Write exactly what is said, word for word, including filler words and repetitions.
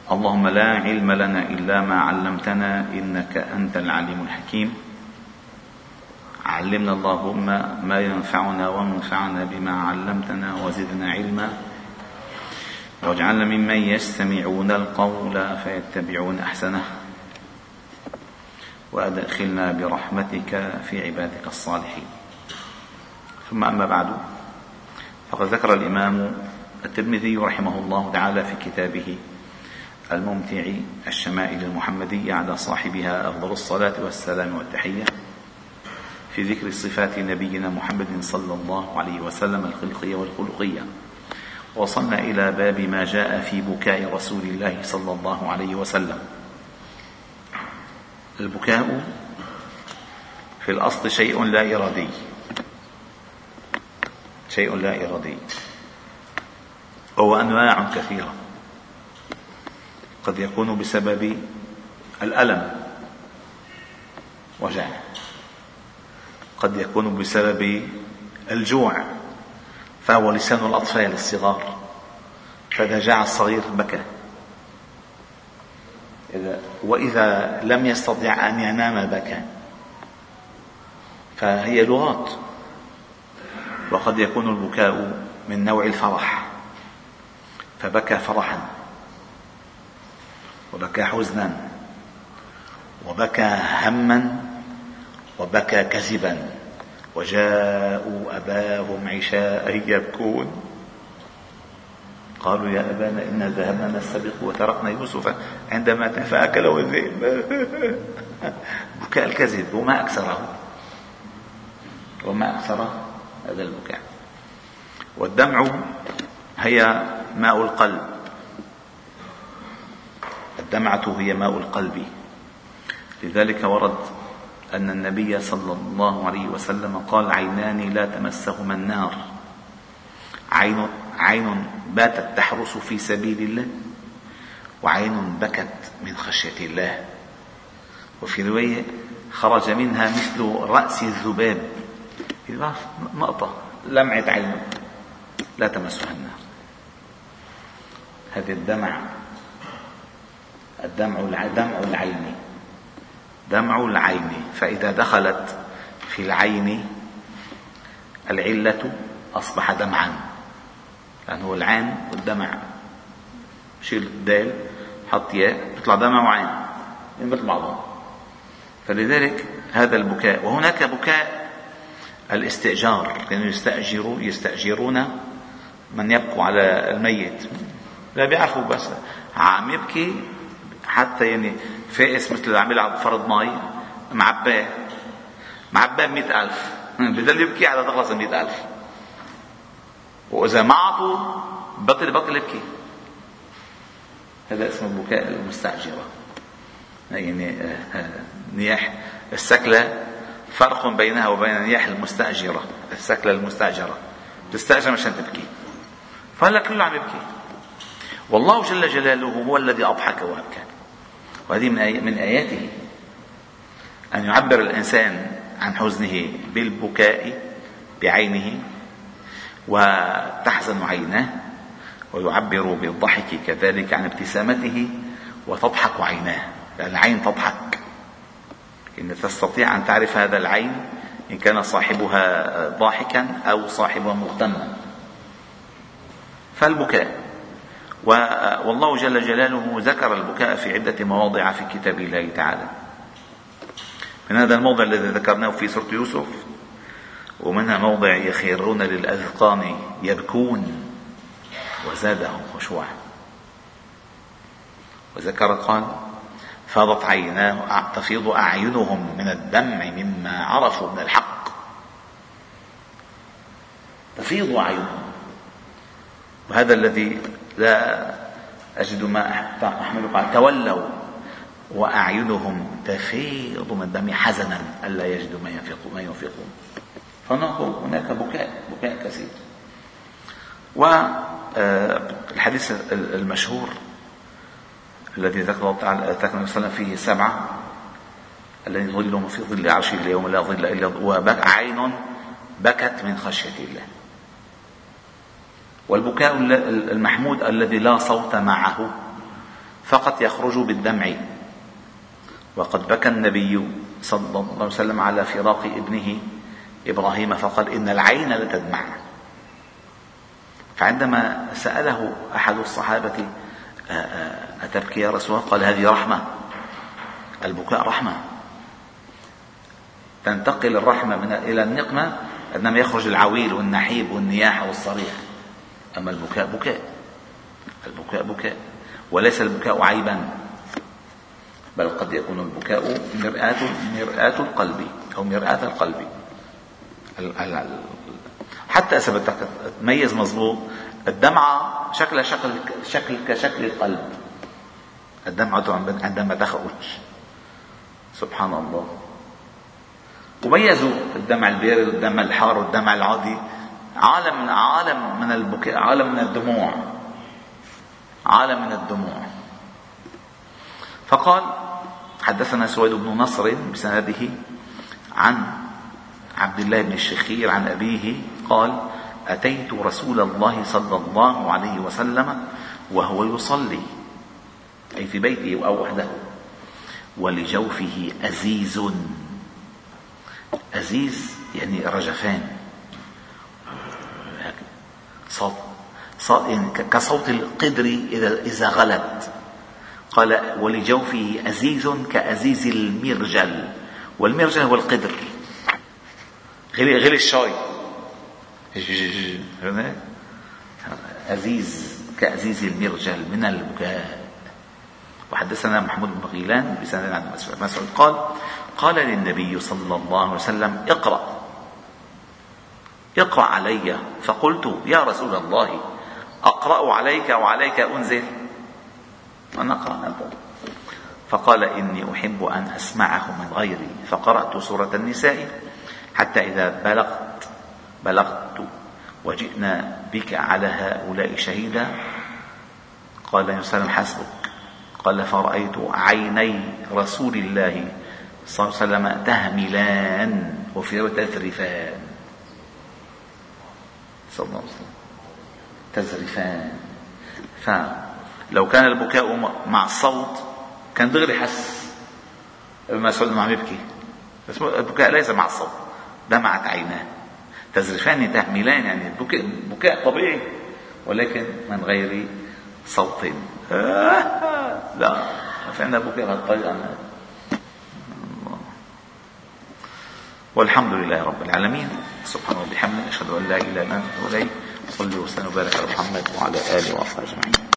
اللهم لا علم لنا إلا ما علمتنا إنك أنت العليم الحكيم. علمنا اللهم ما ينفعنا وانفعنا بما علمتنا وزدنا علما، واجعلنا ممن يستمعون القول فيتبعون أحسنه، وأدخلنا برحمتك في عبادك الصالحين. ثم أما بعد، فقد ذكر الإمام الترمذي رحمه الله تعالى في كتابه الممتع الشمائل المحمدية على صاحبها أفضل الصلاة والسلام والتحية في ذكر صفات نبينا محمد صلى الله عليه وسلم الخلقية والخلقية، وصلنا إلى باب ما جاء في بكاء رسول الله صلى الله عليه وسلم. البكاء في الأصل شيء لا إرادي، شيء لا إرادي، وهو أنواع كثيرة. قد يكون بسبب الألم وجع، قد يكون بسبب الجوع فهو لسان الأطفال الصغار، فإذا جاع الصغير بكى، وإذا لم يستطع أن ينام بكى، فهي لغات. وقد يكون البكاء من نوع الفرح، فبكى فرحا، وبكى حزنا، وبكى هما، وبكى كذبا، وجاءوا أباهم عشاء يبكون قالوا يا أبانا إنا ذهبنا نستبق وتركنا يوسف عند متاعنا فأكله الذئب. بكاء الكذب، وما أكثره وما أكثر هذا البكاء. والدمع هي ماء القلب، الدمعة هي ماء القلب. لذلك ورد أن النبي صلى الله عليه وسلم قال: عينان لا تمسهما النار، عين, عين باتت تحرس في سبيل الله، وعين بكت من خشية الله. وفي رواية: خرج منها مثل رأس الذباب، نقطة لمعة عين لا تمسها النار. هذه الدمع، الدمع دمع العين، دمع العين. فإذا دخلت في العين العلة أصبح دمعا، لأنه العين والدمع، شيل الدال حط ياء يطلع دمع وعين مثل بعضهم. فلذلك هذا البكاء. وهناك بكاء الاستئجار، كانوا يستأجروا يستأجرون من يبكوا على الميت، لا بيعرفوا بس عم يبكي حتى يعني فائس مثل اللي عم يلعب فرض ماي معباه معباه مئة ألف بدل يبكي على تخلص مئة ألف، وإذا ما عطوا بطل بطل يبكي. هذا اسمه البكاء المستأجرة. يعني نياح السكلة فرق بينها وبين نياح المستأجرة. السكلة المستأجرة تستأجر مشان تبكي، فهلا كله عم يبكي. والله جل جلاله هو الذي أضحك وأبكى. وهذه من آياته أن يعبر الإنسان عن حزنه بالبكاء بعينه وتحزن عيناه، ويعبر بالضحك كذلك عن ابتسامته وتضحك عيناه، لأن العين تضحك. إن تستطيع أن تعرف هذا العين إن كان صاحبها ضاحكا أو صاحبها مغتما. فالبكاء، والله جل جلاله ذكر البكاء في عدة مواضع في كتاب الله تعالى. من هذا الموضع الذي ذكرناه في سورة يوسف، ومنها موضع: يخرون للأذقان يبكون وزادهم خشوعا. وذكر قال: فاضت عيناه تفيض أعينهم من الدمع مما عرفوا من الحق. تفيض أعينهم، وهذا الذي لا أجد ما أحملك على. تولوا وأعينهم تفيض من الدم حزنا ألا يجدوا ما ينفقون ما ينفقون. فهناك بكاء بكاء كثير. والحديث المشهور الذي ذكره تعالى ذكر النبي صلى الله عليه وسلم فيه سبعة الذين ظلهم في ظل عرشه اليوم لا ظل إلا ظله، عين بكت من خشية الله. والبكاء المحمود الذي لا صوت معه فقط يخرج بالدمع. وقد بكى النبي صلى الله عليه وسلم على فراق ابنه إبراهيم فقال إن العين لتدمع. فعندما سأله أحد الصحابة أتبكي يا رسول الله؟ قال هذه رحمة، البكاء رحمة، تنتقل الرحمة من إلى النقمة عندما يخرج العويل والنحيب والنياح والصريخ. أما البكاء بكاء، البكاء بكاء، وليس البكاء عيبا، بل قد يكون البكاء مرآة مرآة القلب أو مرآة القلب. حتى أثبت تميز مضبوط الدمعة شكلها شكل شكل كشكل القلب. الدمعة عندما تخرج سبحان الله. وميزوا الدمع البارد والدمع الحار والدمع العادي. عالم من عالم من البكاء، عالم من الدموع، عالم من الدموع. فقال حدثنا سويد بن نصر بسنده عن عبد الله بن الشخير عن أبيه قال أتيت رسول الله صلى الله عليه وسلم وهو يصلي، أي في بيته أو وحده، ولجوفه أزيز. أزيز يعني رجفان، صوت صوت يعني كصوت القدر إذا إذا غلت. قال ولجوفه أزيز كأزيز المرجل، والمرجل هو القدر، غلي غلي الشاي أزيز كأزيز المرجل من البكاء. وحدثنا محمود بن غيلان بسند عن مسعود قال قال للنبي صلى الله عليه وسلم اقرأ اقرأ علي، فقلت يا رسول الله أقرأ عليك وعليك أنزل؟ أنا أقرأ. فقال إني أحب أن أسمعه من غيري، فقرأت سورة النساء حتى إذا بلغت بلغت وجئنا بك على هؤلاء شهيدا قال النبي صلى الله عليه وسلم حسبك. قال فرأيت عيني رسول الله صلى الله عليه وسلم تهملان وفي تذرفان، صلى الله عليه وسلم تذرفان. فلو كان البكاء مع الصوت كان دغري حس ابن مسعود ما عم يبكي، بس البكاء ليس مع الصوت، دمعت عيناه. تذرفان تهملان يعني بكاء, بكاء طبيعي ولكن من غير صوت. آه لا فعندنا بكاء بهالطريقة. والحمد لله رب العالمين. سبحانه وبحمده أشهد أن لا إله إلا أنت وإليك. صلي وسلم وبارك على محمد وعلى آله وصحبه أجمعين.